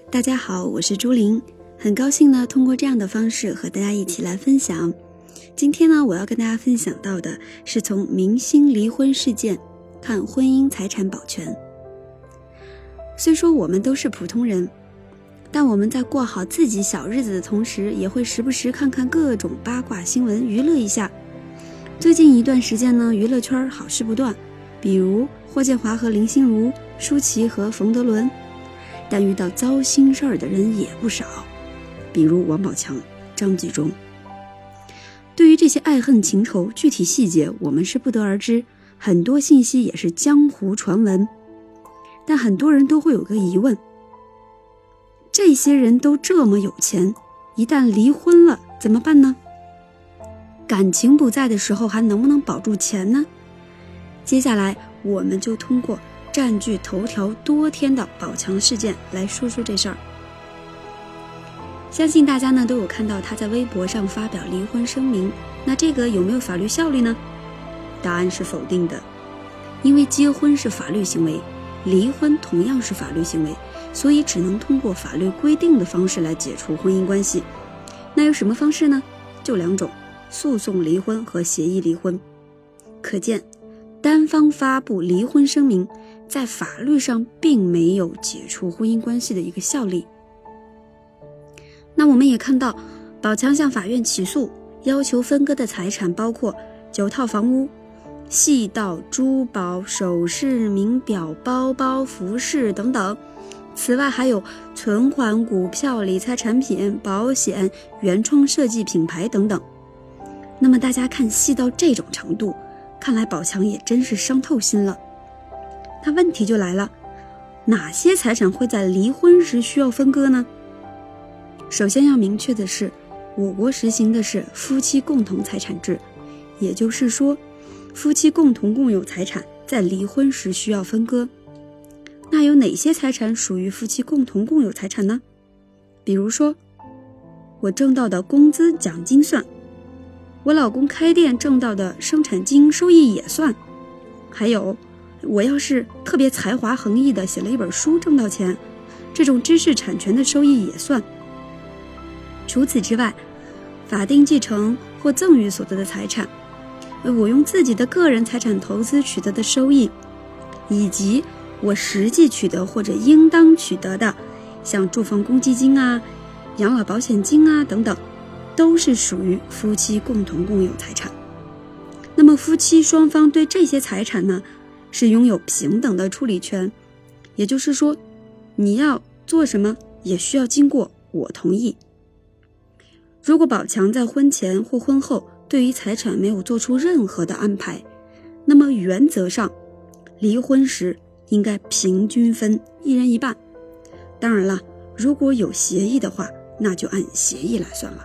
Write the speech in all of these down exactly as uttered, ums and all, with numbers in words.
大家好，我是朱琳，很高兴呢通过这样的方式和大家一起来分享。今天呢我要跟大家分享到的是从明星离婚事件看婚姻财产保全。虽说我们都是普通人，但我们在过好自己小日子的同时，也会时不时看看各种八卦新闻娱乐一下。最近一段时间呢，娱乐圈好事不断，比如霍建华和林心如，舒淇和冯德伦，但遇到糟心事儿的人也不少，比如王宝强、张纪中。对于这些爱恨情仇，具体细节我们是不得而知，很多信息也是江湖传闻。但很多人都会有个疑问，这些人都这么有钱，一旦离婚了怎么办呢？感情不在的时候还能不能保住钱呢？接下来我们就通过占据头条多天的宝强事件来说说这事儿。相信大家呢都有看到他在微博上发表离婚声明，那这个有没有法律效力呢？答案是否定的，因为结婚是法律行为，离婚同样是法律行为，所以只能通过法律规定的方式来解除婚姻关系。那有什么方式呢？就两种，诉讼离婚和协议离婚。可见单方发布离婚声明在法律上并没有解除婚姻关系的一个效力。那我们也看到宝强向法院起诉，要求分割的财产包括九套房屋、细到珠宝、首饰、名表、包包、服饰等等，此外还有存款、股票、理财产品、保险、原创设计品牌等等。那么大家看细到这种程度，看来宝强也真是伤透心了。那问题就来了，哪些财产会在离婚时需要分割呢？首先要明确的是，我国实行的是夫妻共同财产制，也就是说夫妻共同共有财产在离婚时需要分割。那有哪些财产属于夫妻共同共有财产呢？比如说我挣到的工资奖金算，我老公开店挣到的生产经营收益也算，还有我要是特别才华横溢的写了一本书挣到钱，这种知识产权的收益也算。除此之外，法定继承或赠与所得的财产，我用自己的个人财产投资取得的收益，以及我实际取得或者应当取得的像住房公积金啊、养老保险金啊等等，都是属于夫妻共同共有财产。那么夫妻双方对这些财产呢，是拥有平等的处理权，也就是说你要做什么也需要经过我同意。如果宝强在婚前或婚后对于财产没有做出任何的安排，那么原则上离婚时应该平均分，一人一半。当然了，如果有协议的话，那就按协议来算了。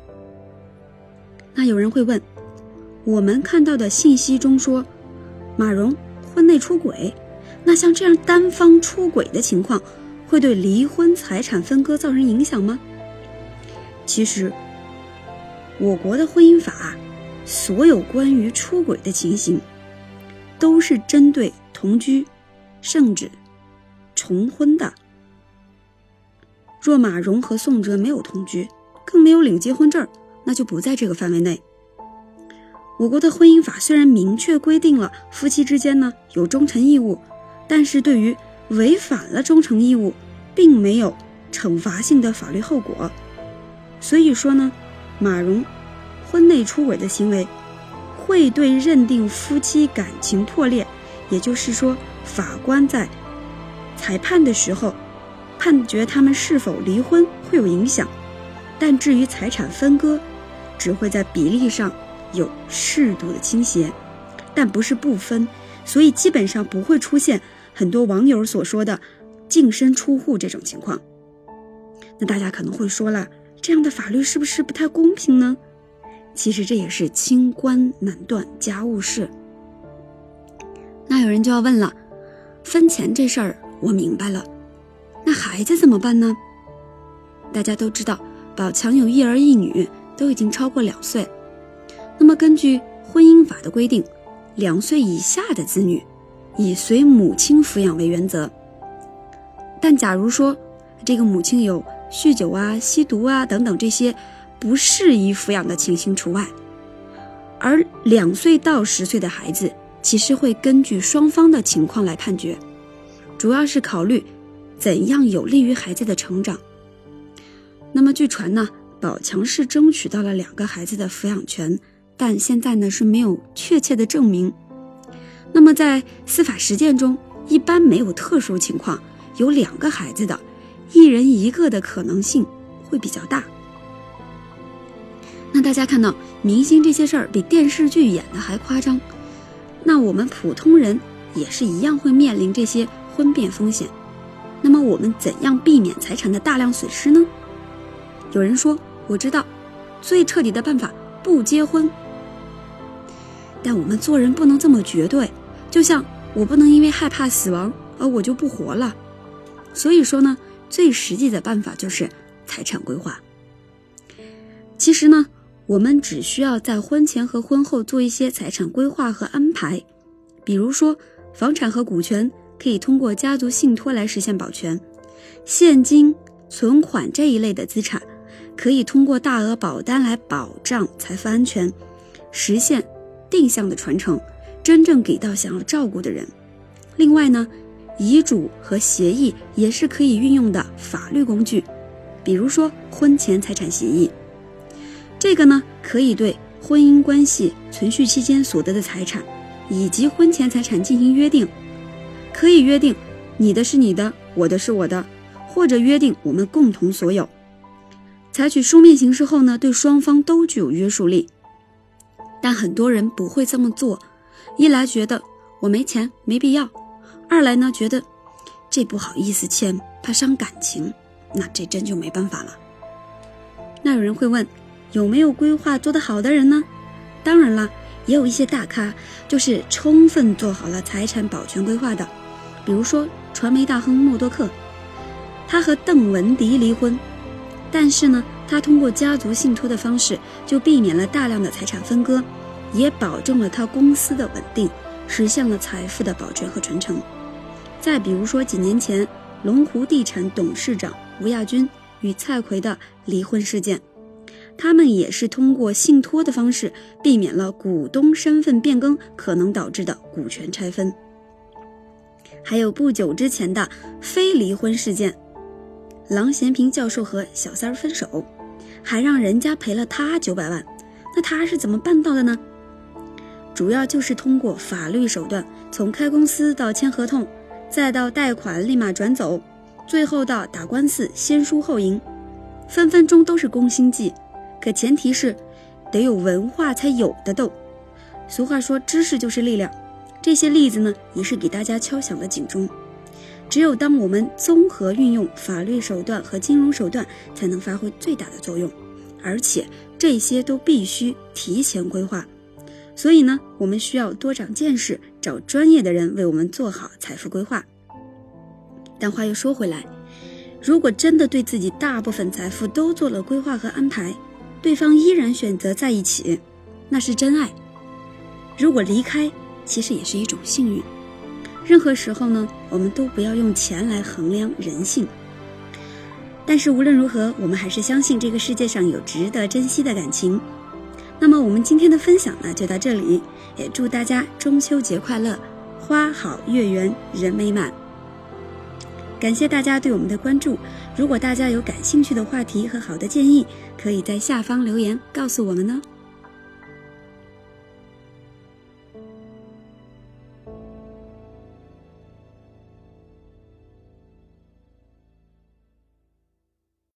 那有人会问，我们看到的信息中说马蓉婚内出轨，那像这样单方出轨的情况会对离婚财产分割造成影响吗？其实我国的婚姻法所有关于出轨的情形都是针对同居、圣旨、重婚的。若马蓉和宋哲没有同居，更没有领结婚证，那就不在这个范围内。我国的婚姻法虽然明确规定了夫妻之间呢有忠诚义务，但是对于违反了忠诚义务并没有惩罚性的法律后果。所以说呢，马蓉婚内出轨的行为会对认定夫妻感情破裂，也就是说法官在裁判的时候判决他们是否离婚会有影响。但至于财产分割，只会在比例上有适度的倾斜，但不是不分，所以基本上不会出现很多网友所说的净身出户这种情况。那大家可能会说了，这样的法律是不是不太公平呢？其实这也是清官难断家务事。那有人就要问了，分钱这事儿我明白了，那孩子怎么办呢？大家都知道宝强有一儿一女，都已经超过两岁。那么根据婚姻法的规定，两岁以下的子女以随母亲抚养为原则。但假如说这个母亲有酗酒啊、吸毒啊等等这些不适宜抚养的情形除外。而两岁到十岁的孩子其实会根据双方的情况来判决，主要是考虑怎样有利于孩子的成长。那么据传呢，宝强是争取到了两个孩子的抚养权，但现在呢是没有确切的证明。那么在司法实践中，一般没有特殊情况，有两个孩子的一人一个的可能性会比较大。那大家看到明星这些事儿比电视剧演的还夸张，那我们普通人也是一样会面临这些婚变风险。那么我们怎样避免财产的大量损失呢？有人说，我知道，最彻底的办法不结婚。但我们做人不能这么绝对，就像我不能因为害怕死亡而我就不活了。所以说呢，最实际的办法就是财产规划。其实呢，我们只需要在婚前和婚后做一些财产规划和安排。比如说，房产和股权可以通过家族信托来实现保全，现金、存款这一类的资产可以通过大额保单来保障财富安全，实现定向的传承，真正给到想要照顾的人。另外呢，遗嘱和协议也是可以运用的法律工具，比如说婚前财产协议。这个呢，可以对婚姻关系存续期间所得的财产以及婚前财产进行约定，可以约定你的是你的，我的是我的，或者约定我们共同所有。采取书面形式后呢，对双方都具有约束力。但很多人不会这么做，一来觉得我没钱没必要，二来呢觉得这不好意思签，怕伤感情，那这真就没办法了。那有人会问，有没有规划做得好的人呢？当然了，也有一些大咖就是充分做好了财产保全规划的，比如说传媒大亨默多克，他和邓文迪离婚，但是呢他通过家族信托的方式就避免了大量的财产分割，也保证了他公司的稳定，实现了财富的保全和传承。再比如说几年前龙湖地产董事长吴亚军与蔡奎的离婚事件，他们也是通过信托的方式避免了股东身份变更可能导致的股权拆分。还有不久之前的非离婚事件，郎咸平教授和小三儿分手，还让人家赔了他九百万，那他是怎么办到的呢？主要就是通过法律手段，从开公司到签合同，再到贷款立马转走，最后到打官司先输后赢，分分钟都是攻心计。可前提是得有文化才有的斗。俗话说知识就是力量，这些例子呢也是给大家敲响了警钟。只有当我们综合运用法律手段和金融手段，才能发挥最大的作用，而且这些都必须提前规划。所以呢，我们需要多长见识，找专业的人为我们做好财富规划。但话又说回来，如果真的对自己大部分财富都做了规划和安排，对方依然选择在一起，那是真爱。如果离开，其实也是一种幸运。任何时候呢，我们都不要用钱来衡量人性。但是无论如何，我们还是相信这个世界上有值得珍惜的感情。那么我们今天的分享呢，就到这里，也祝大家中秋节快乐，花好月圆人美满。感谢大家对我们的关注，如果大家有感兴趣的话题和好的建议，可以在下方留言告诉我们哦。